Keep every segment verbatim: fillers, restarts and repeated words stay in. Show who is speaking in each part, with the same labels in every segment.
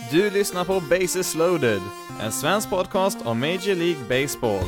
Speaker 1: Du lyssnar på Bases Loaded, en svensk podcast om Major League Baseball.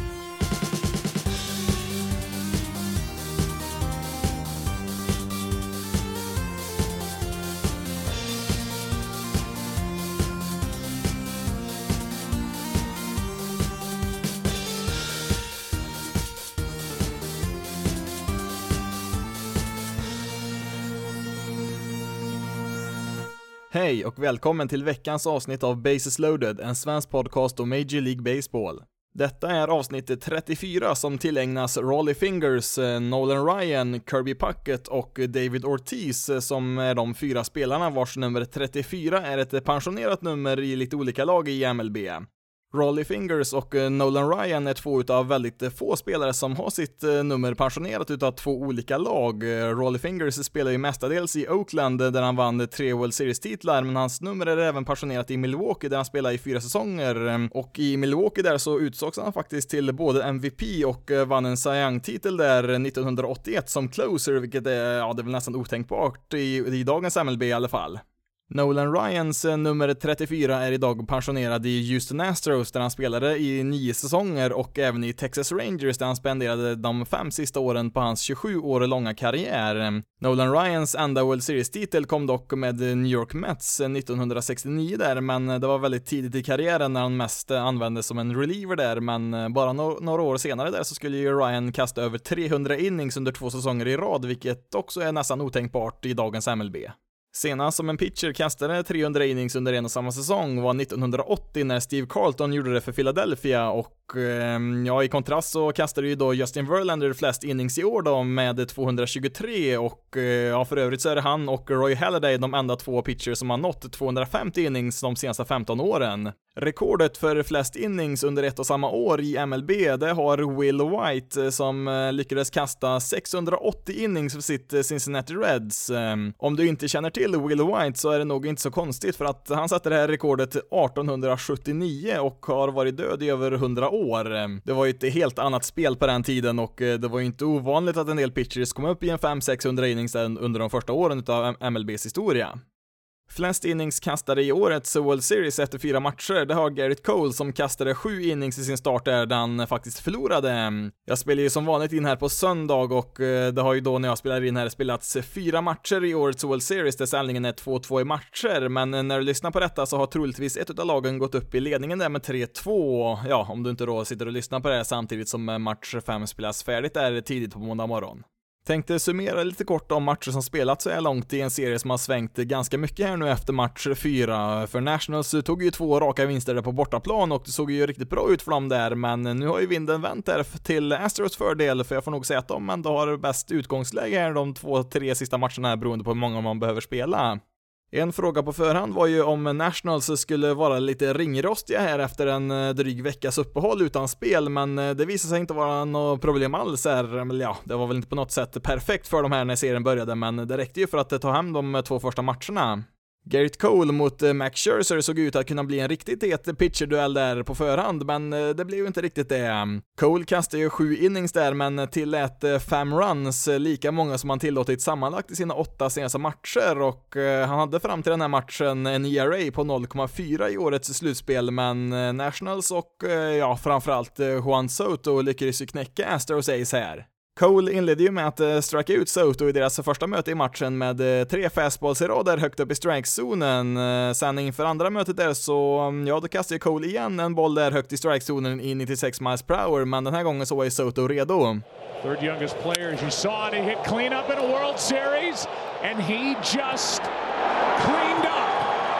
Speaker 1: Hej och välkommen till veckans avsnitt av Bases Loaded, en svensk podcast om Major League Baseball. Detta är avsnitt trettiofyra som tillägnas Rollie Fingers, Nolan Ryan, Kirby Puckett och David Ortiz som är de fyra spelarna vars nummer trettiofyra är ett pensionerat nummer i lite olika lag i M L B. Rollie Fingers och Nolan Ryan är två utav väldigt få spelare som har sitt nummer pensionerat utav två olika lag. Rollie Fingers spelar ju mestadels i Oakland där han vann tre World Series-titlar, men hans nummer är även pensionerat i Milwaukee där han spelar i fyra säsonger. Och i Milwaukee där så utsågs han faktiskt till både M V P och vann en Cy Young-titel där nittonhundraåttioett som closer, vilket är, ja, det är väl nästan otänkbart i, i dagens M L B i alla fall. Nolan Ryans nummer trettiofyra är idag pensionerad i Houston Astros där han spelade i nio säsonger och även i Texas Rangers där han spenderade de fem sista åren på hans tjugosju år långa karriär. Nolan Ryans enda World Series-titel kom dock med New York Mets nittonhundrasextionio där, men det var väldigt tidigt i karriären när han mest användes som en reliever där, men bara no- några år senare där så skulle ju Ryan kasta över trehundra innings under två säsonger i rad, vilket också är nästan otänkbart i dagens M L B. Senast som en pitcher kastade trehundra innings under en och samma säsong var nittonhundraåttio när Steve Carlton gjorde det för Philadelphia och eh, ja, i kontrast så kastade ju då Justin Verlander flest innings i år då med tvåhundratjugotre och eh, ja, för övrigt så är det han och Roy Halladay de enda två pitchers som har nått tvåhundrafemtio innings de senaste femton åren. Rekordet för flest innings under ett och samma år i M L B det har Will White som lyckades kasta sexhundraåttio innings för sitt Cincinnati Reds. Om du inte känner till Will White så är det nog inte så konstigt för att han satte det här rekordet artonhundrasjuttionio och har varit död i över hundra år. Det var ju ett helt annat spel på den tiden och det var ju inte ovanligt att en del pitchers kom upp i en fem till sexhundra innings under de första åren av M L B:s historia. Flest innings kastade i årets World Series efter fyra matcher, det har Garrett Cole som kastade sju innings i sin start där han faktiskt förlorade. Jag spelar ju som vanligt in här på söndag och det har ju då när jag spelar in här spelats fyra matcher i årets World Series där ställningen är två två i matcher, men när du lyssnar på detta så har troligtvis ett av lagen gått upp i ledningen där med tre två, ja om du inte då sitter och lyssnar på det samtidigt som match fem spelas färdigt där tidigt på måndag morgon. Tänkte summera lite kort om matcher som spelats så är långt i en serie som har svängt ganska mycket här nu efter match fyra. För Nationals tog ju två raka vinster där på bortaplan och det såg ju riktigt bra ut för dem där, men nu har ju vinden vänt där till Astros fördel, för jag får nog säga att de ändå har bäst utgångsläge här de två, tre sista matcherna här beroende på hur många man behöver spela. En fråga på förhand var ju om Nationals skulle vara lite ringrostiga här efter en dryg veckas uppehåll utan spel, men det visade sig inte vara något problem alls här. Ja, det var väl inte på något sätt perfekt för de här när serien började, men det räckte ju för att ta hem de två första matcherna. Garrett Cole mot Max Scherzer såg ut att kunna bli en riktigt het pitcherduell där på förhand, men det blev ju inte riktigt det. Cole kastade ju sju innings där, men tillät fem runs, lika många som han tillåtit sammanlagt i sina åtta senaste matcher, och han hade fram till den här matchen en E R A på noll komma fyra i årets slutspel, men Nationals och ja, framförallt Juan Soto lyckades ju knäcka Astros Ace här. Cole inledde ju med att strike ut Soto i deras första möte i matchen med tre fastballs i rad där högt upp i strikezonen. Sen inför andra mötet där så, ja, då kastade Cole igen en boll där högt i strikezonen i nittiosex miles per hour, men den här gången så var ju Soto redo.
Speaker 2: Third youngest player, as you saw it, he hit clean up in a World Series, and he just cleaned up.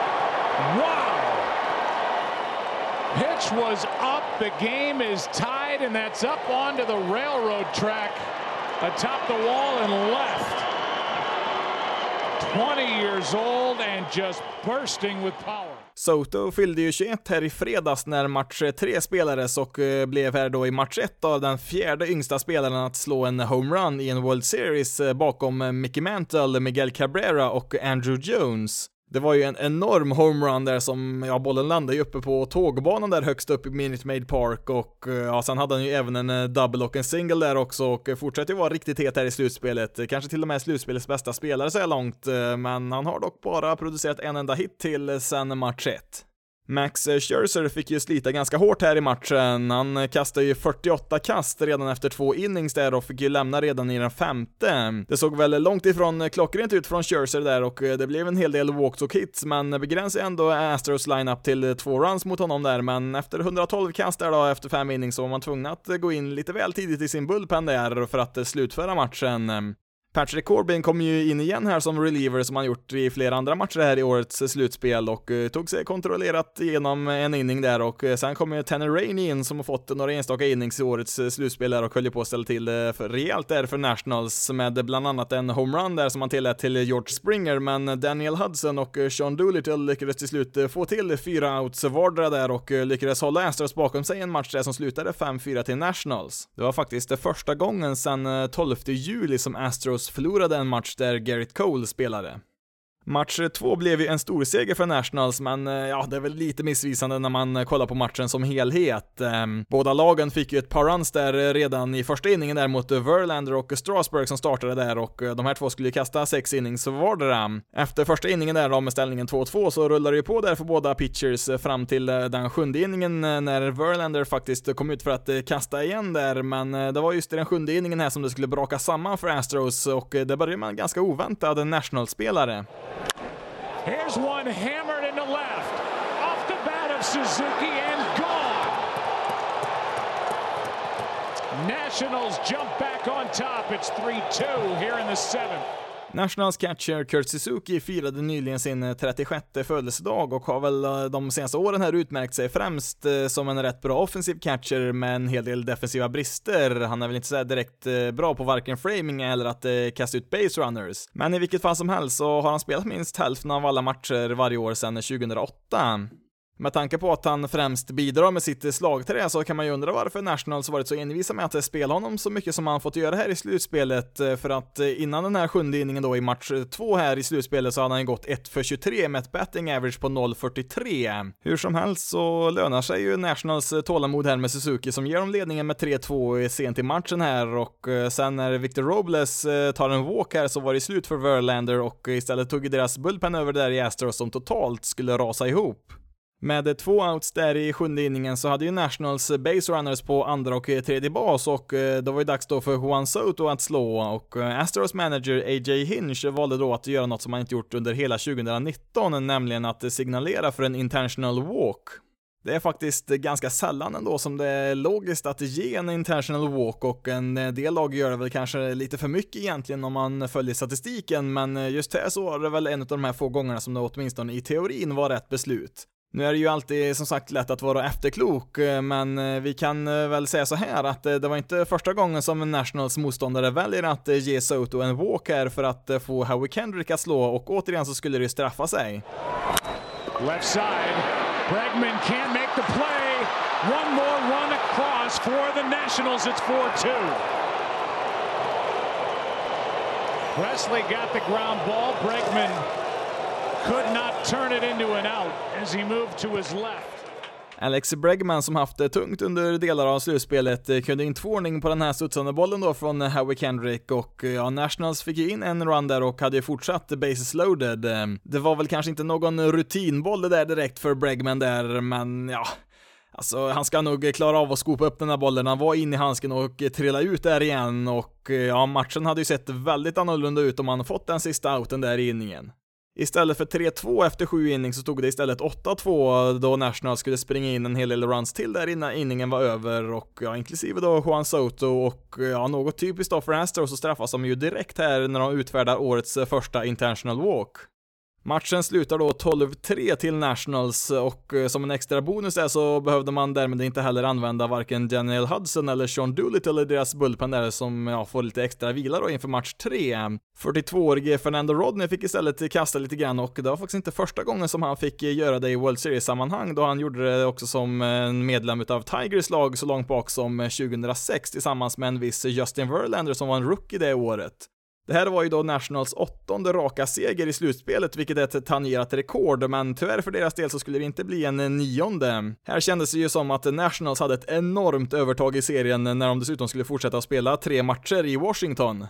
Speaker 2: Wow! Pitch was up, the game is tied, and that's up onto the railroad track atop the wall and left. twenty years old and just bursting with power.
Speaker 1: Soto fyllde ju tjugoett här i fredags när match tre spelades och blev här då i match ett av den fjärde yngsta spelaren att slå en homerun i en World Series bakom Mickey Mantle, Miguel Cabrera och Andrew Jones. Det var ju en enorm homerun där som, ja, bollen landade ju uppe på tågbanan där högst upp i Minute Maid Park och ja, sen hade han ju även en double och en single där också och fortsätter ju vara riktigt het här i slutspelet. Kanske till och med slutspelets bästa spelare så här långt, men han har dock bara producerat en enda hit till sen match ett. Max Scherzer fick ju slita ganska hårt här i matchen. Han kastade ju fyrtioåtta kast redan efter två innings där och fick ju lämna redan i den femte. Det såg väl långt ifrån klockrent ut från Scherzer där och det blev en hel del walks och hits, men begränsade ändå Astros lineup till två runs mot honom där, men efter hundratolv kast där då efter fem innings så var man tvungen att gå in lite väl tidigt i sin bullpen där för att slutföra matchen. Patrick Corbin kom ju in igen här som reliever som han gjort i flera andra matcher här i årets slutspel och uh, tog sig kontrollerat igenom en inning där och uh, sen kom ju Tanner Rainey in som har fått några enstaka innings i årets uh, slutspel där och höll på att ställa till uh, för rejält där för Nationals med bland annat en homerun där som han tillät till George Springer, men Daniel Hudson och uh, Sean Doolittle lyckades till slut uh, få till fyra outs vardera där och uh, lyckades hålla Astros bakom sig en match där som slutade fem fyra till Nationals. Det var faktiskt det första gången sedan uh, tolfte juli som Astros förlorade en match där Garrett Cole spelade. Match två blev ju en stor seger för Nationals, men ja, det är väl lite missvisande när man kollar på matchen som helhet. Båda lagen fick ju ett par runs där redan i första inningen där mot Verlander och Strasburg som startade där och de här två skulle ju kasta sex innings vardera. Efter första inningen där då med ställningen två två så rullade det ju på där för båda pitchers fram till den sjunde inningen när Verlander faktiskt kom ut för att kasta igen där, men det var just i den sjunde inningen här som det skulle braka samman för Astros och det började med en ganska oväntad Nationals-spelare.
Speaker 2: Here's one hammered in the left. Off the bat of Suzuki and gone. Nationals jump back on top. It's three two here in the seventh.
Speaker 1: Nationals catcher Kurt Suzuki firade nyligen sin trettiosjätte födelsedag och har väl de senaste åren här utmärkt sig främst som en rätt bra offensiv catcher med en hel del defensiva brister. Han är väl inte så direkt bra på varken framing eller att kasta ut base runners. Men i vilket fall som helst så har han spelat minst hälften av alla matcher varje år sedan tjugohundraåtta. Med tanke på att han främst bidrar med sitt slagträ så kan man ju undra varför Nationals varit så envisa med att spela honom så mycket som han fått göra här i slutspelet, för att innan den här sjunde inningen då i match två här i slutspelet så hade han gått ett för tjugotre med ett batting average på noll komma fyrtiotre. Hur som helst så lönar sig ju Nationals tålamod här med Suzuki som ger dem ledningen med tre två sent i matchen här och sen när Victor Robles tar en walk här så var det slut för Verlander och istället tog deras bullpen över där i Astros som totalt skulle rasa ihop. Med två outs där i sjunde inningen så hade ju Nationals base runners på andra och tredje bas och det var ju dags då för Juan Soto att slå och Astros manager A J Hinch valde då att göra något som han inte gjort under hela tjugonitton, nämligen att signalera för en intentional walk. Det är faktiskt ganska sällan ändå som det är logiskt att ge en intentional walk och en del lag gör det väl kanske lite för mycket egentligen om man följer statistiken, men just här så var det väl en av de här få gångerna som det åtminstone i teorin var rätt beslut. Nu är det ju alltid som sagt lätt att vara efterklok, men vi kan väl säga så här att det var inte första gången som Nationals motståndare väljer att ge Soto en walk här för att få Howie Kendrick att slå och återigen så skulle det straffa sig.
Speaker 2: Left side, Bregman can't make the play. One more run across for the Nationals. It's four two. Presley got the ground ball. Bregman could not turn it into an out as he moved to his left.
Speaker 1: Alex Bregman som haft det tungt under delar av slutspelet kunde in tvåning på den här studsande bollen då från Howie Kendrick och ja, Nationals fick ju in en run där och hade ju fortsatt bases loaded. Det var väl kanske inte någon rutinboll det där direkt för Bregman där, men ja, alltså han ska nog klara av att skopa upp den här bollen. Han var in i handsken och trilla ut där igen och ja, matchen hade ju sett väldigt annorlunda ut om han fått den sista outen där i inningen. Istället för tre två efter sju inning så tog det istället åtta två då National skulle springa in en hel del runs till där innan inningen var över och ja, inklusive då Juan Soto och ja, något typiskt då för Astros så straffas de ju direkt här när de utfärdar årets första intentional walk. Matchen slutar då tolv tre till Nationals och som en extra bonus där så behövde man därmed inte heller använda varken Daniel Hudson eller Sean Doolittle eller deras bullpen där som ja, får lite extra vila då inför match tre. fyrtiotvåårige Fernando Rodney fick istället kasta lite grann och det var faktiskt inte första gången som han fick göra det i World Series-sammanhang då han gjorde det också som en medlem utav Tigers lag så långt bak som tjugohundrasex tillsammans med en viss Justin Verlander som var en rookie det året. Det här var ju då Nationals åttonde raka seger i slutspelet, vilket är ett tangerat rekord, men tyvärr för deras del så skulle det inte bli en nionde. Här kändes det ju som att Nationals hade ett enormt övertag i serien när de dessutom skulle fortsätta att spela tre matcher i Washington.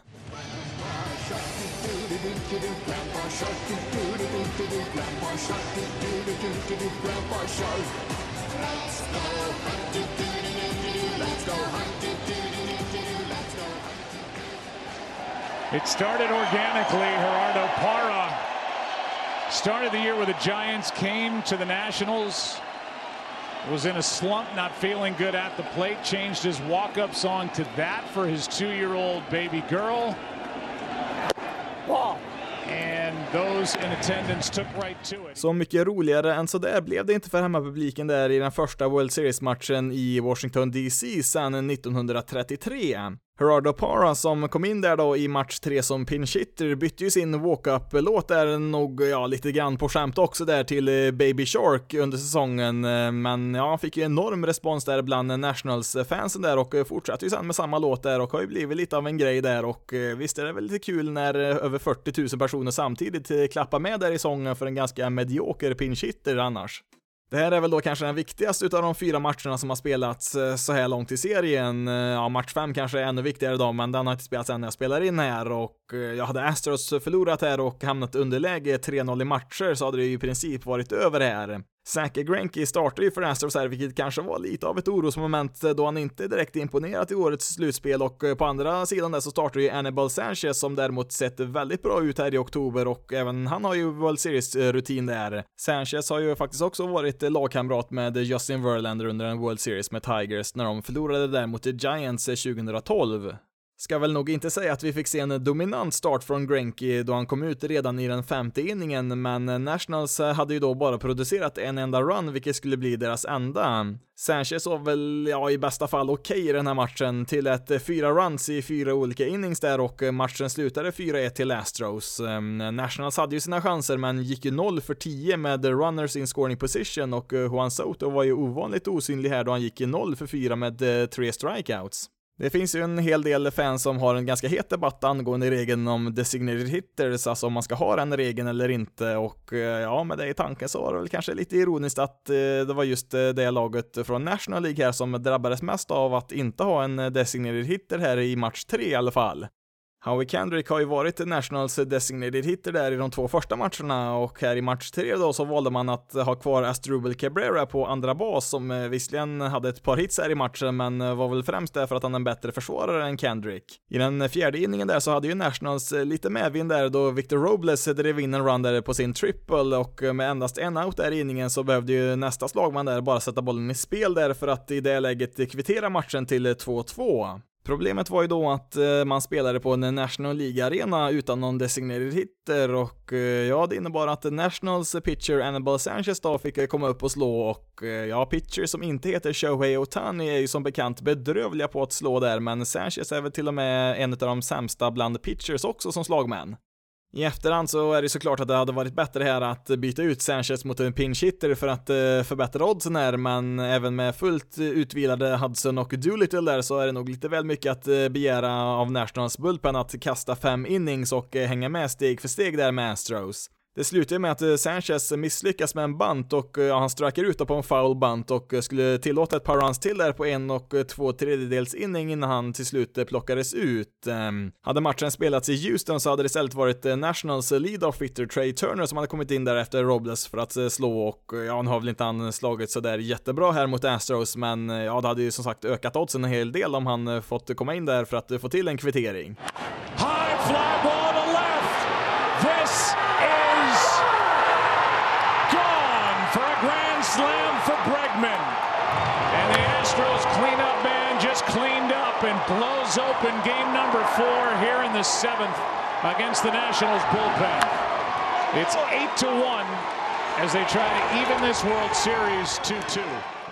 Speaker 2: It started organically. Gerardo Parra started the year with the Giants, came to the Nationals, was in a slump, not feeling good at the plate, changed his walk-up song to that for his two-year-old baby girl. And those in attendance took right to it.
Speaker 1: Så mycket roligare än så där blev det inte för hemmapubliken där i den första World Series-matchen i Washington D C sedan nittonhundratrettiotre. Gerardo Parra som kom in där då i match tre som pinch hitter bytte ju sin walk-up-låt där nog ja, lite grann på skämt också där till Baby Shark under säsongen, men ja, han fick ju enorm respons där bland Nationals-fansen där och fortsatte ju sen med samma låt där och har ju blivit lite av en grej där och visst är det väl lite kul när över fyrtio tusen personer samtidigt klappar med där i sången för en ganska medioker pinch hitter annars. Det här är väl då kanske den viktigaste utav de fyra matcherna som har spelats så här långt i serien. Ja, match fem kanske är ännu viktigare då, men den har inte spelats än när jag spelar in här och jag hade Astros förlorat här och hamnat underläge tre noll i matcher så hade det ju i princip varit över här. Zack Greinke startade ju för Astros här, vilket kanske var lite av ett orosmoment då han inte direkt imponerat i årets slutspel och på andra sidan där så startade ju Anibal Sanchez som däremot sett väldigt bra ut här i oktober och även han har ju World Series-rutin där. Sanchez har ju faktiskt också varit lagkamrat med Justin Verlander under en World Series med Tigers när de förlorade där mot The Giants tjugohundratolv. Ska väl nog inte säga att vi fick se en dominant start från Greinke då han kom ut redan i den femte inningen, men Nationals hade ju då bara producerat en enda run, vilket skulle bli deras enda. Sanchez var väl ja, i bästa fall okej okay i den här matchen till ett fyra runs i fyra olika innings där och matchen slutade fyra ett till Astros. Nationals hade ju sina chanser men gick ju noll för tio med runners in scoring position och Juan Soto var ju ovanligt osynlig här då han gick i noll för fyra med tre strikeouts. Det finns ju en hel del fans som har en ganska het debatt angående regeln om designated hitters, alltså om man ska ha den regeln eller inte och ja, med det i tanken så var det väl kanske lite ironiskt att det var just det laget från National League här som drabbades mest av att inte ha en designated hitter här i match tre i alla fall. Howie Kendrick har ju varit Nationals designated hitter där i de två första matcherna och här i match tre då så valde man att ha kvar Asdrubal Cabrera på andra bas som visserligen hade ett par hits här i matchen men var väl främst därför att han är en bättre försvarare än Kendrick. I den fjärde inningen där så hade ju Nationals lite medvind där då Victor Robles drev in en run där på sin triple och med endast en out där i inningen så behövde ju nästa slagman där bara sätta bollen i spel där för att i det läget kvittera matchen till två två. Problemet var ju då att eh, man spelade på en National League-arena utan någon designated hitter och eh, ja, det innebar att Nationals pitcher Anibal Sanchez då fick komma upp och slå och eh, ja, pitcher som inte heter Shohei Ohtani är ju som bekant bedrövliga på att slå där, men Sanchez är väl till och med en av de sämsta bland pitchers också som slagmän. I efterhand så är det såklart att det hade varit bättre här att byta ut Sanchez mot en pinch hitter för att uh, förbättra oddsen här, men även med fullt utvilade Hudson och Doolittle där så är det nog lite väl mycket att uh, begära av Nationals bullpen att kasta fem innings och uh, hänga med steg för steg där med Astros. Det slutar med att Sanchez misslyckas med en bunt och ja, han sträcker ut på en foul bunt och skulle tillåta ett par runs till där på en och två tredjedels inning innan han till slut plockades ut. Um, hade matchen spelats i Houston så hade det istället varit Nationals lead-off hitter Trey Turner som hade kommit in där efter Robles för att slå och ja, han har väl inte han slagit så där jättebra här mot Astros, men ja, det hade ju som sagt ökat oddsen en hel del om han fått komma in där för att få till en kvittering.
Speaker 2: High fly ball to left. This for a grand slam for Bregman. And the Astros cleanup man just cleaned up and blows open game number four here in the seventh against the Nationals bullpen. It's eight to one as they try to even this World Series two two.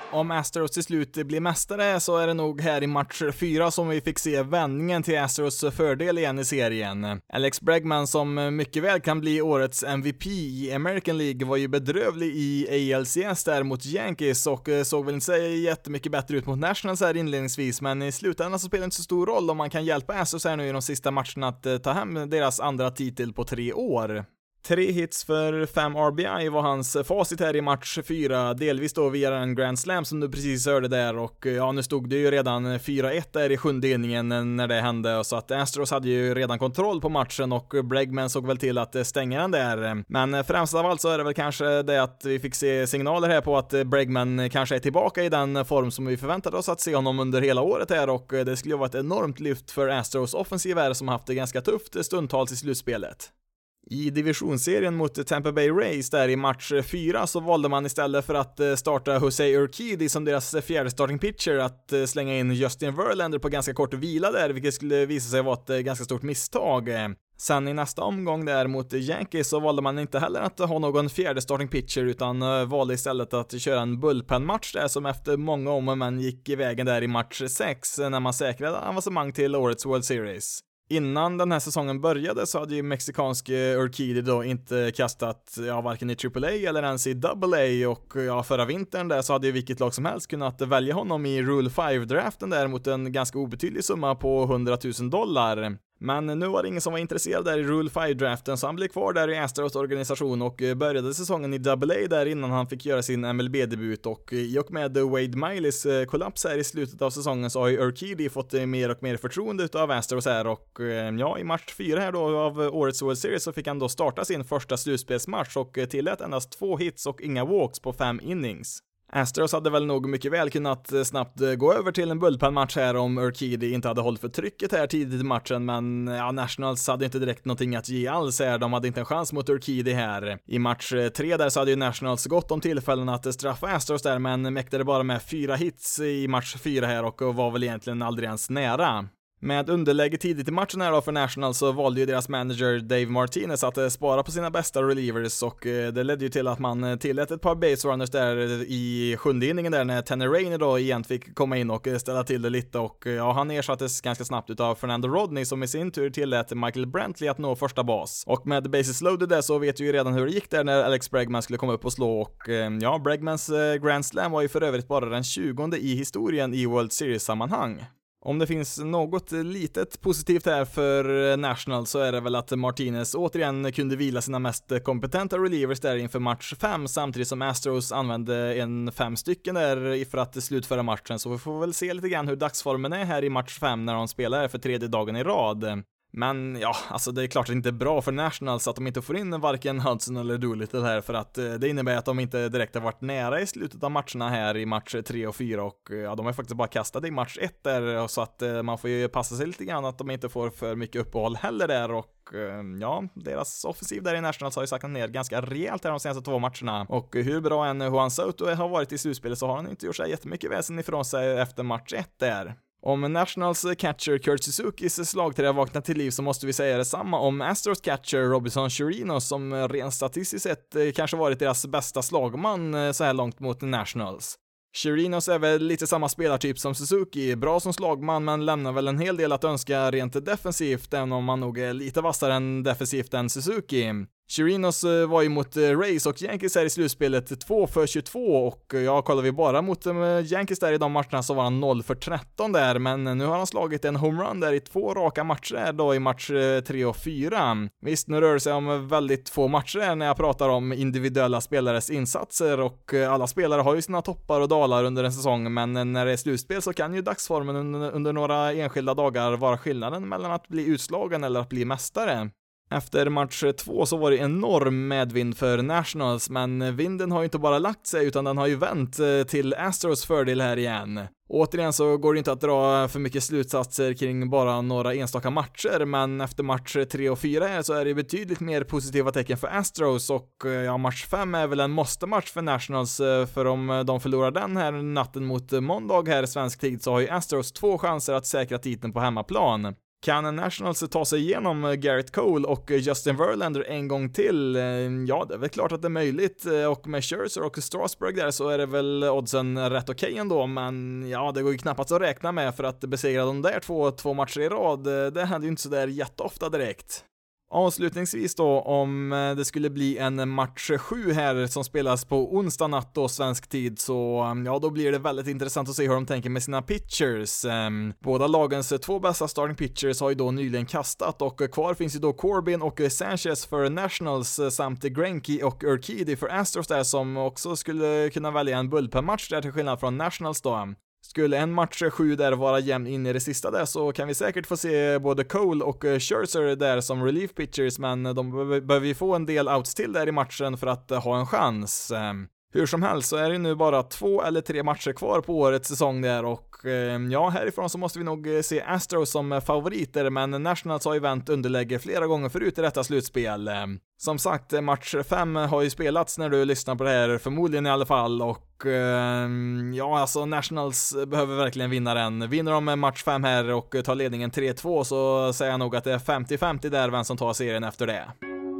Speaker 1: Om Astros till slut blir mästare så är det nog här i match fyra som vi fick se vändningen till Astros fördel igen i serien. Alex Bregman, som mycket väl kan bli årets M V P i American League, var ju bedrövlig i A L C S där mot Yankees och såg väl inte så jättemycket bättre ut mot Nationals här inledningsvis, men i slutändan så spelar det inte så stor roll om man kan hjälpa Astros här nu i de sista matcherna att ta hem deras andra titel på tre år. Tre hits för fem R B I var hans facit här i match fyra, delvis då via en Grand Slam som du precis hörde där, och ja, nu stod det ju redan fyra ett där i sjunde inningen när det hände, så att Astros hade ju redan kontroll på matchen och Bregman såg väl till att stänga den där. Men främst av allt så är det väl kanske det att vi fick se signaler här på att Bregman kanske är tillbaka i den form som vi förväntade oss att se honom under hela året här, och det skulle vara ett enormt lyft för Astros offensiv här som haft det ganska tufft stundtals i slutspelet. I divisionsserien mot Tampa Bay Rays där i match fyra så valde man istället för att starta Jose Urquidy som deras fjärde starting pitcher att slänga in Justin Verlander på ganska kort vila där, vilket skulle visa sig vara ett ganska stort misstag. Sen i nästa omgång där mot Yankees så valde man inte heller att ha någon fjärde starting pitcher utan valde istället att köra en bullpen-match där som efter många om och men gick i vägen där i match sex när man säkrade avancemang till årets World Series. Innan den här säsongen började så hade ju mexikanske Urquidy då inte kastat ja, varken i triple A eller ens i double A, och ja, förra vintern där så hade ju vilket lag som helst kunnat välja honom i Rule fem-draften där mot en ganska obetydlig summa på hundratusen dollar. Men nu var det ingen som var intresserad där i Rule fem-draften, så han blev kvar där i Astros organisation och började säsongen i double A där innan han fick göra sin M L B-debut, och i och med Wade Mileys kollaps här i slutet av säsongen så har ju Urquidy fått mer och mer förtroende utav Astros här, och ja, i match fyra här då av årets World Series så fick han då starta sin första slutspelsmatch och tillät endast två hits och inga walks på fem innings. Astros hade väl nog mycket väl kunnat snabbt gå över till en bullpen-match här om Urquidy inte hade hållit för trycket här tidigt i matchen, men ja, Nationals hade inte direkt någonting att ge alls här, de hade inte en chans mot Urquidy här. I match tre där så hade ju Nationals gått om tillfällen att straffa Astros där, men mäktade bara med fyra hits i match fyra här och var väl egentligen aldrig ens nära. Med underläge tidigt i matchen här då för National så valde ju deras manager Dave Martinez att spara på sina bästa relievers, och det ledde ju till att man tillät ett par base runners där i sjunde inningen där när Tanner Rainey då igen fick komma in och ställa till det lite, och ja, han ersattes ganska snabbt utav Fernando Rodney som i sin tur tillät Michael Brantley att nå första bas. Och med bases loaded där så vet vi ju redan hur det gick där när Alex Bregman skulle komma upp och slå, och ja, Bregmans Grand Slam var ju för övrigt bara den tjugonde i historien i World Series-sammanhang. Om det finns något litet positivt här för National så är det väl att Martinez återigen kunde vila sina mest kompetenta relievers där inför match fem, samtidigt som Astros använde en fem stycken där för att slutföra matchen, så vi får väl se lite grann hur dagsformen är här i match fem när de spelar för tredje dagen i rad. Men ja, alltså det är klart att det inte är bra för Nationals att de inte får in varken Hudson eller Doolittle här, för att det innebär att de inte direkt har varit nära i slutet av matcherna här i match tre och fyra, och ja, de har faktiskt bara kastat i match ett där, så att man får ju passa sig lite grann att de inte får för mycket uppehåll heller där, och ja, deras offensiv där i Nationals har ju saknat ner ganska rejält här de senaste två matcherna, och hur bra en Juan Soto har varit i slutspelet så har han inte gjort sig jättemycket väsen ifrån sig efter match ett där. Om Nationals catcher Kurt Suzukis slagträ vaknat till liv så måste vi säga detsamma om Astros catcher Robinson Chirinos, som rent statistiskt sett kanske varit deras bästa slagman så här långt mot Nationals. Chirinos är väl lite samma spelartyp som Suzuki, bra som slagman men lämnar väl en hel del att önska rent defensivt, även om man nog är lite vassare än defensivt än Suzuki. Chirinos var ju mot Rays och Yankees här i slutspelet två för tjugotvå, och ja, kollar vi bara mot Yankees där i de matcherna så var han noll för tretton där, men nu har han slagit en homerun där i två raka matcher då i match tre och fyra. Visst, nu rör det sig om väldigt få matcher när jag pratar om individuella spelares insatser, och alla spelare har ju sina toppar och dalar under en säsong, men när det är slutspel så kan ju dagsformen under, under några enskilda dagar vara skillnaden mellan att bli utslagen eller att bli mästare. Efter match två så var det enorm medvind för Nationals, men vinden har ju inte bara lagt sig utan den har ju vänt till Astros fördel här igen. Återigen så går det inte att dra för mycket slutsatser kring bara några enstaka matcher, men efter match tre och fyra här så är det betydligt mer positiva tecken för Astros, och ja, match fem är väl en måste-match för Nationals, för om de förlorar den här natten mot måndag här i svensk tid så har ju Astros två chanser att säkra titeln på hemmaplan. Kan Nationals ta sig igenom Garrett Cole och Justin Verlander en gång till? Ja, det är väl klart att det är möjligt, och med Scherzer och Strasburg där så är det väl oddsen rätt okej okay ändå, men ja, det går ju knappast att räkna med för att besegra de där två, två matcher i rad. Det händer ju inte så där jätteofta direkt. Avslutningsvis då, om det skulle bli en match sju här som spelas på onsdag natt då, svensk tid, så ja, då blir det väldigt intressant att se hur de tänker med sina pitchers. Båda lagens två bästa starting pitchers har ju då nyligen kastat, och kvar finns ju då Corbin och Sanchez för Nationals samt Greinke och Urquidy för Astros där, som också skulle kunna välja en bullpen-match där till skillnad från Nationals då. Skulle en match sju där vara jämn in i det sista där så kan vi säkert få se både Cole och Scherzer där som relief pitchers, men de behöver ju få en del outs till där i matchen för att ha en chans. Hur som helst så är det nu bara två eller tre matcher kvar på årets säsong där, och ja, härifrån så måste vi nog se Astros som favoriter, men Nationals har ju vänt underläge flera gånger förut i detta slutspel. Som sagt, match fem har ju spelats när du lyssnar på det här, förmodligen i alla fall, och ja, alltså Nationals behöver verkligen vinna den. Vinner de match fem här och tar ledningen tre två så säger jag nog att det är femtio femtio där vem som tar serien efter det.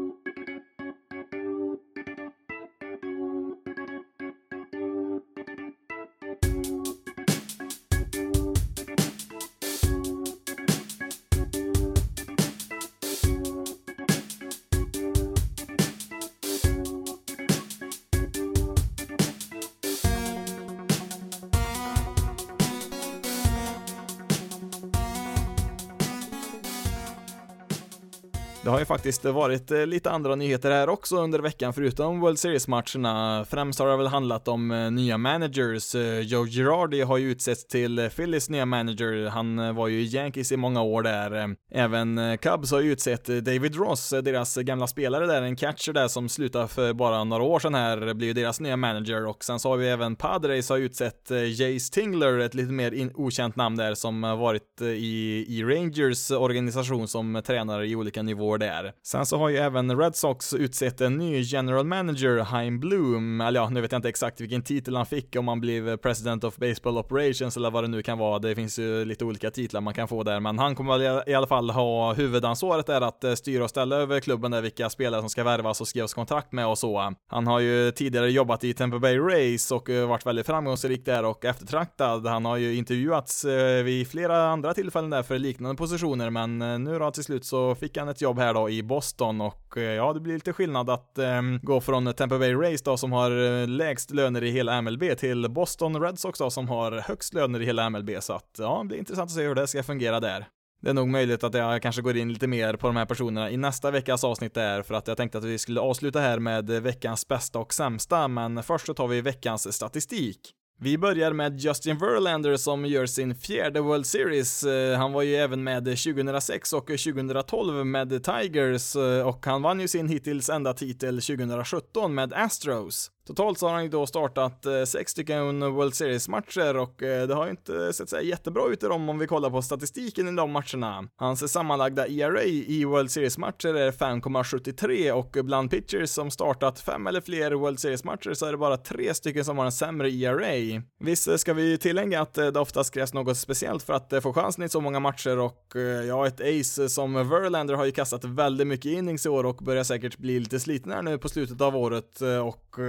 Speaker 1: Det har ju faktiskt varit lite andra nyheter här också under veckan förutom World Series-matcherna. Främst har det väl handlat om nya managers. Joe Girardi har ju utsetts till Phillies nya manager. Han var ju i Yankees i många år där. Även Cubs har ju utsett David Ross, deras gamla spelare där, en catcher där som slutade för bara några år sedan här, blir ju deras nya manager. Och sen så har vi även Padres har utsett Jace Tingler, ett lite mer in- okänt namn där, som har varit i, i Rangers organisation som tränare i olika nivåer där. Sen så har ju även Red Sox utsett en ny general manager, Chaim Bloom. Eller ja, nu vet jag inte exakt vilken titel han fick, om han blev president of baseball operations eller vad det nu kan vara. Det finns ju lite olika titlar man kan få där, men han kommer väl i alla fall ha huvudansvaret där att styra och ställa över klubben där, vilka spelare som ska värvas och skrivas kontrakt med och så. Han har ju tidigare jobbat i Tampa Bay Rays och varit väldigt framgångsrik där och eftertraktad. Han har ju intervjuats vid flera andra tillfällen där för liknande positioner, men nu då till slut så fick han ett jobb här då i Boston, och ja, det blir lite skillnad att eh, gå från Tampa Bay Rays då som har lägst löner i hela M L B till Boston Red Sox då som har högst löner i hela M L B, så att ja, det blir intressant att se hur det ska fungera där. Det är nog möjligt att jag kanske går in lite mer på de här personerna i nästa veckas avsnitt där, för att jag tänkte att vi skulle avsluta här med veckans bästa och sämsta, men först så tar vi veckans statistik. Vi börjar med Justin Verlander som gör sin fjärde World Series. Han var ju även med tjugohundrasex och tjugotolv med Tigers, och han vann ju sin hittills enda titel tjugosjutton med Astros. Totalt så har han ju då startat sex stycken World Series-matcher, och det har ju inte sett så jättebra ut i dem om vi kollar på statistiken i de matcherna. Hans sammanlagda E R A i World Series-matcher är fem komma sjuttiotre, och bland pitchers som startat fem eller fler World Series-matcher så är det bara tre stycken som har en sämre E R A. Visst ska vi tillägga att det oftast krävs något speciellt för att få chansen i så många matcher, och ja, ett ace som Verlander har ju kastat väldigt mycket innings i år och börjar säkert bli lite sliten här nu på slutet av året, och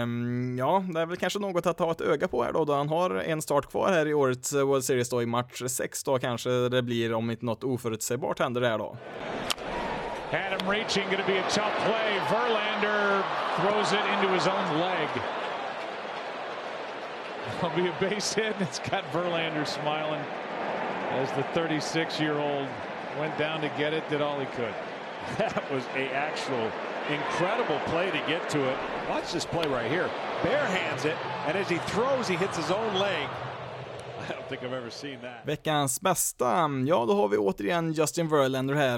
Speaker 1: ja, det är väl kanske något att ha ett öga på här då, då han har en start kvar här i årets World Series då i match sex då kanske det blir, om inte något oförutsägbart händer där då.
Speaker 2: Had him reaching, going to be a tough play. Verlander throws it into his own leg. It'll be a base hit, and it's got Verlander smiling as the thirty-six-year-old went down to get it, did all he could.
Speaker 3: That was a actual incredible play to get to it. Watch this play right here. Bare hands it, and as he throws, he hits his own leg. I don't think I've ever seen that.
Speaker 1: Veckans bästa, ja då har vi återigen Justin Verlander här, och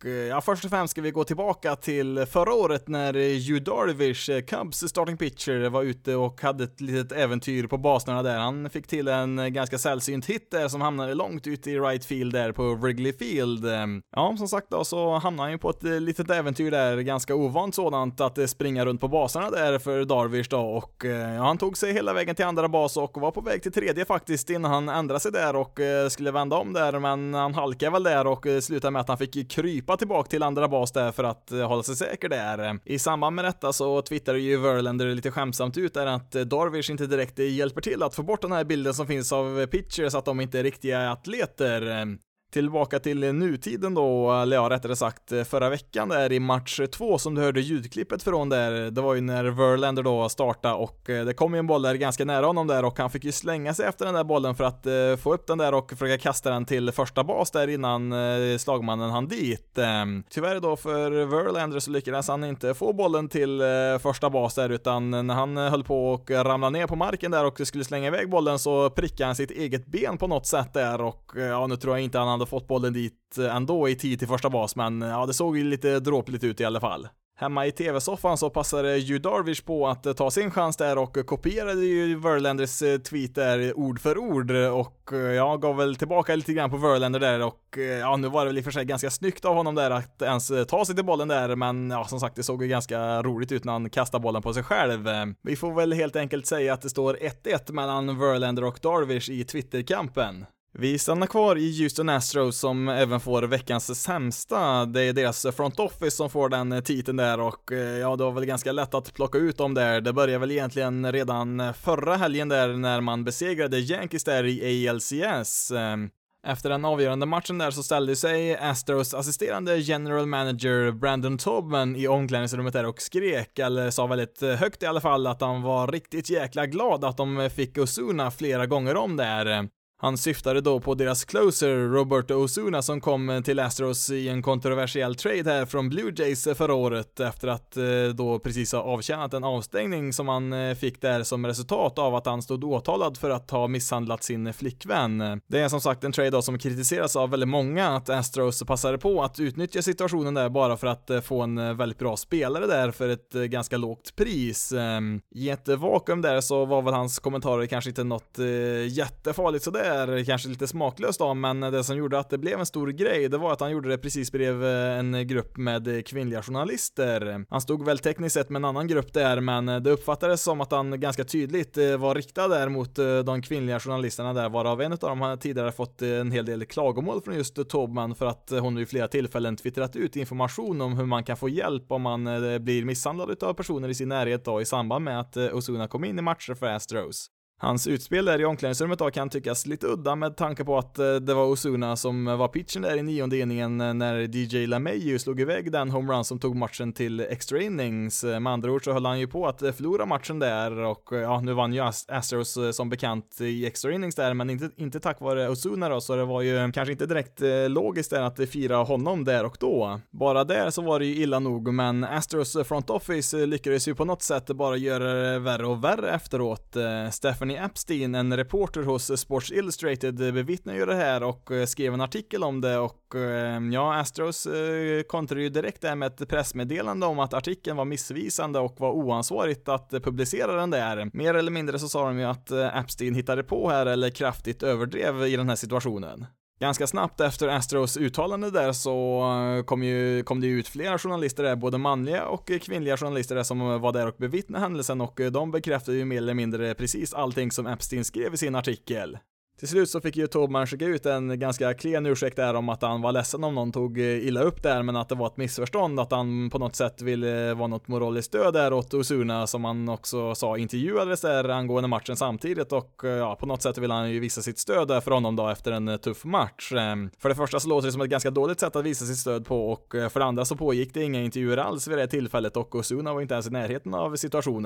Speaker 1: ja, först och främst ska vi gå tillbaka till förra året när Yu Darvish, Cubs starting pitcher, var ute och hade ett litet äventyr på baserna där. Han fick till en ganska sällsynt hit där som hamnade långt ute i right field där på Wrigley Field. Ja, som sagt då så hamnade han ju på ett litet äventyr där, ganska ovant sådant, att springa runt på baserna där för Darvish då, och ja, han tog sig hela vägen till andra bas och var på väg till tredje faktiskt innan han ändrade sig där och skulle vända om där, men han halkade väl där och slutade med att han fick krypa tillbaka till andra bas där för att hålla sig säker där. I samband med detta så twittrade ju Verlander lite skämsamt ut där att Darvish inte direkt hjälper till att få bort den här bilden som finns av pitchers, att de inte är riktiga atleter. Tillbaka till nutiden då, eller ja, rättare sagt förra veckan där i match två som du hörde ljudklippet från där, det var ju när Verlander då startade och det kom ju en boll där ganska nära honom där och han fick ju slänga sig efter den där bollen för att uh, få upp den där och försöka kasta den till första bas där innan uh, slagmannen han dit. Um, tyvärr då för Verlander så lyckades han inte få bollen till uh, första bas där, utan när han uh, höll på och ramla ner på marken där och skulle slänga iväg bollen så prickade han sitt eget ben på något sätt där och uh, ja, nu tror jag inte han hade fått bollen dit ändå i tid till första bas, men ja, det såg ju lite dråpligt ut i alla fall. Hemma i tv-soffan så passade Yu Darvish på att ta sin chans där och kopierade ju Verlanders tweet där ord för ord och ja, gav väl tillbaka lite grann på Verlander där och ja, nu var det väl i och för sig ganska snyggt av honom där att ens ta sig till bollen där, men ja, som sagt, det såg ju ganska roligt ut när han kastade bollen på sig själv. Vi får väl helt enkelt säga att det står ett ett mellan Verlander och Darvish i Twitterkampen. Vi stannar kvar i Houston Astros som även får veckans sämsta. Det är deras front office som får den titeln där och ja, det var väl ganska lätt att plocka ut dem där. Det började väl egentligen redan förra helgen där när man besegrade Yankees där i A L C S. Efter den avgörande matchen där så ställde sig Astros assisterande general manager Brandon Tobman i omklädningsrummet där och skrek, eller sa väldigt högt i alla fall, att han var riktigt jäkla glad att de fick Ozuna flera gånger om där. Han syftade då på deras closer Roberto Osuna som kom till Astros i en kontroversiell trade här från Blue Jays förra året efter att då precis ha avtjänat en avstängning som han fick där som resultat av att han stod åtalad för att ha misshandlat sin flickvän. Det är som sagt en trade då som kritiseras av väldigt många, att Astros passade på att utnyttja situationen där bara för att få en väldigt bra spelare där för ett ganska lågt pris. I ett vakuum där så var väl hans kommentarer kanske inte något jättefarligt så det är kanske lite smaklöst då, men det som gjorde att det blev en stor grej, det var att han gjorde det precis bredvid en grupp med kvinnliga journalister. Han stod väl tekniskt sett med en annan grupp där, men det uppfattades som att han ganska tydligt var riktad där mot de kvinnliga journalisterna där, varav en av dem hade tidigare fått en hel del klagomål från just Tobman för att hon vid flera tillfällen twittrat ut information om hur man kan få hjälp om man blir misshandlad av personer i sin närhet då, i samband med att Ozuna kom in i matcher för Astros. Hans utspel där i omklädningsrummet då kan tyckas lite udda med tanke på att det var Ozuna som var pitchen där i nionde inningen när D J LeMahieu slog iväg den homerun som tog matchen till extra innings. Med andra ord så höll han ju på att förlora matchen där och ja, nu vann ju Astros som bekant i extra innings där, men inte, inte tack vare Ozuna då, så det var ju kanske inte direkt logiskt där att fira honom där och då. Bara där så var det ju illa nog, men Astros front office lyckades ju på något sätt bara göra det värre och värre efteråt. Stephanie Epstein, en reporter hos Sports Illustrated, bevittnar ju det här och skrev en artikel om det och ja, Astros kontrade ju direkt där med ett pressmeddelande om att artikeln var missvisande och var oansvarigt att publicera den där. Mer eller mindre så sa de ju att Epstein hittade på här eller kraftigt överdrev i den här situationen. Ganska snabbt efter Astros uttalande där så kom, ju, kom det ut flera journalister där, både manliga och kvinnliga journalister där, som var där och bevittnade händelsen och de bekräftade ju mer eller mindre precis allting som Epstein skrev i sin artikel. Till slut så fick ju Tobman skicka ut en ganska klen ursäkt där om att han var ledsen om någon tog illa upp där, men att det var ett missförstånd, att han på något sätt ville vara något moraliskt stöd där åt Ozuna, som han också sa intervjuades där angående matchen samtidigt, och ja, på något sätt vill han ju visa sitt stöd där för honom då efter en tuff match. För det första så låter det som ett ganska dåligt sätt att visa sitt stöd på, och för det andra så pågick det inga intervjuer alls vid det tillfället och Ozuna var inte ens i närheten av situationen.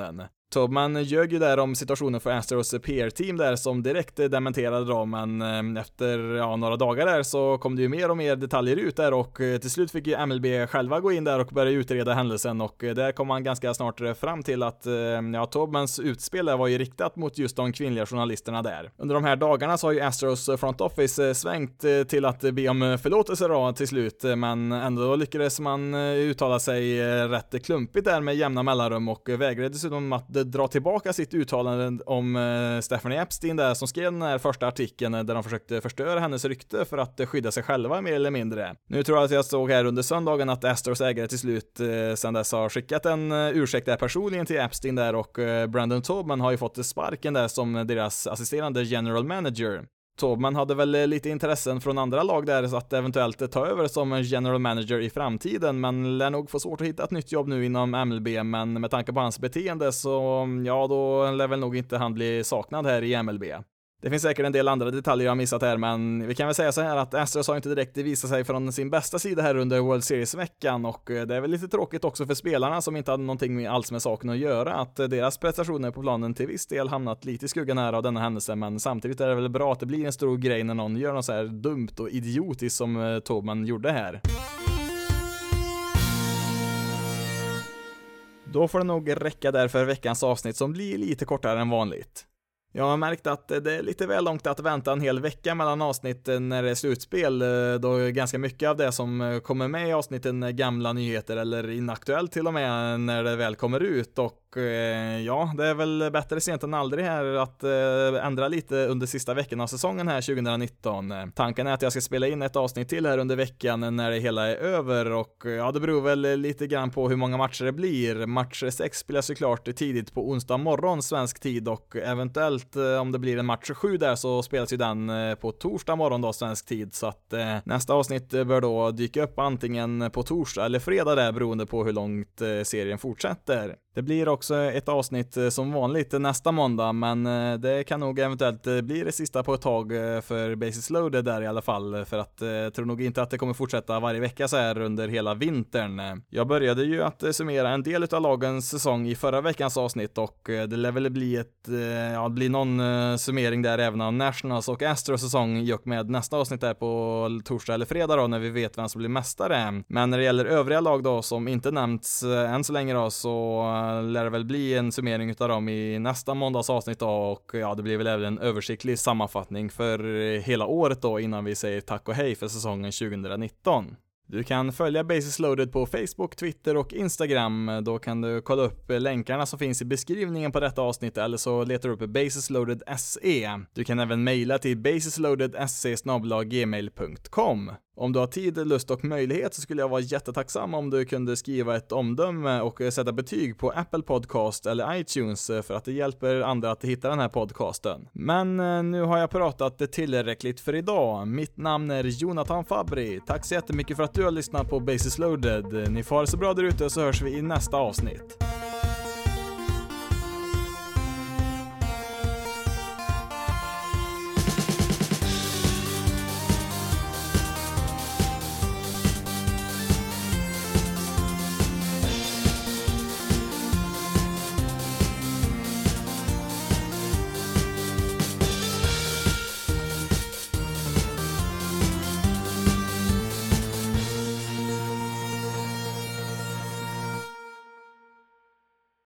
Speaker 1: Tubman ljög ju där om situationen för Astros P R-team där som direkt dementerade då, men efter ja, några dagar där så kom det ju mer och mer detaljer ut där och till slut fick ju M L B själva gå in där och börja utreda händelsen och där kom man ganska snart fram till att ja, Tubmans utspel där var ju riktat mot just de kvinnliga journalisterna där. Under de här dagarna så har ju Astros front office svängt till att be om förlåtelse då till slut, men ändå lyckades man uttala sig rätt klumpigt där med jämna mellanrum och vägrade dessutom att dra tillbaka sitt uttalande om uh, Stephanie Epstein där som skrev den här första artikeln där de försökte förstöra hennes rykte för att uh, skydda sig själva mer eller mindre. Nu tror jag att jag såg här under söndagen att Astros ägare till slut uh, sedan dess har skickat en uh, ursäkt där personligen till Epstein där och uh, Brandon Tubman har ju fått sparken där som deras assisterande general manager. Tubman hade väl lite intressen från andra lag där så att eventuellt ta över som general manager i framtiden, men lär nog få svårt att hitta ett nytt jobb nu inom M L B, men med tanke på hans beteende så ja, då lär väl nog inte han bli saknad här i M L B. Det finns säkert en del andra detaljer jag har missat här, men vi kan väl säga så här att Astros har inte direkt visat sig från sin bästa sida här under World Series-veckan och det är väl lite tråkigt också för spelarna som inte hade någonting alls med saken att göra att deras prestationer på planen till viss del hamnat lite i skuggan här av denna händelse, men samtidigt är det väl bra att det blir en stor grej när någon gör något så här dumt och idiotiskt som Tubman gjorde här. Då får det nog räcka där för veckans avsnitt som blir lite kortare än vanligt. Jag har märkt att det är lite väl långt att vänta en hel vecka mellan avsnitten när det är slutspel, då ganska mycket av det som kommer med i avsnitten är gamla nyheter eller inaktuellt till och med när det väl kommer ut och ja, det är väl bättre sent än aldrig här att ändra lite under sista veckan av säsongen här tjugonitton. Tanken är att jag ska spela in ett avsnitt till här under veckan när det hela är över och ja, det beror väl lite grann på hur många matcher det blir. Match sex spelas ju klart tidigt på onsdag morgon svensk tid och eventuellt om det blir en match sju där så spelas ju den på torsdag morgon då svensk tid, så att eh, nästa avsnitt bör då dyka upp antingen på torsdag eller fredag där beroende på hur långt eh, serien fortsätter. Det blir också ett avsnitt som vanligt nästa måndag, men det kan nog eventuellt bli det sista på ett tag för Bases Loaded där i alla fall, för att jag tror nog inte att det kommer fortsätta varje vecka så här under hela vintern. Jag började ju att summera en del av lagens säsong i förra veckans avsnitt och det lär väl bli ett, ja, bli någon summering där även av Nationals och Astros säsong i och med nästa avsnitt där på torsdag eller fredag då när vi vet vem som blir mästare. Men när det gäller övriga lag då som inte nämnts än så länge då så lär det väl bli en summering utav dem i nästa måndags avsnitt då, och ja, det blir väl även en översiktlig sammanfattning för hela året då innan vi säger tack och hej för säsongen tjugonitton. Du kan följa Bases Loaded på Facebook, Twitter och Instagram. Då kan du kolla upp länkarna som finns i beskrivningen på detta avsnitt eller så letar du upp Basesloaded S E. Du kan även mejla till basesloadedsc snabel-a gmail punkt com. Om du har tid, lust och möjlighet så skulle jag vara jättetacksam om du kunde skriva ett omdöme och sätta betyg på Apple Podcast eller iTunes för att det hjälper andra att hitta den här podcasten. Men nu har jag pratat tillräckligt för idag. Mitt namn är Jonathan Fabri. Tack så jättemycket för att du har lyssnat på Bases Loaded. Ni får ha det så bra där ute så hörs vi i nästa avsnitt.